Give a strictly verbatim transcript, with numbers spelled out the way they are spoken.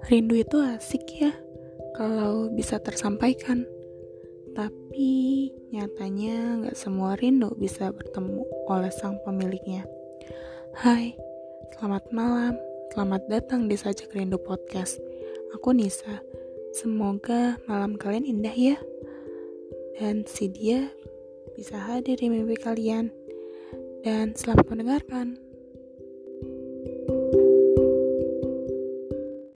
Rindu itu asik ya kalau bisa tersampaikan. Tapi nyatanya gak semua rindu bisa bertemu oleh sang pemiliknya. Hai, selamat malam. Selamat datang di Sajak Rindu Podcast. Aku Nisa. Semoga malam kalian indah ya. Dan si dia bisa hadir di mimpi kalian. Dan selamat mendengarkan.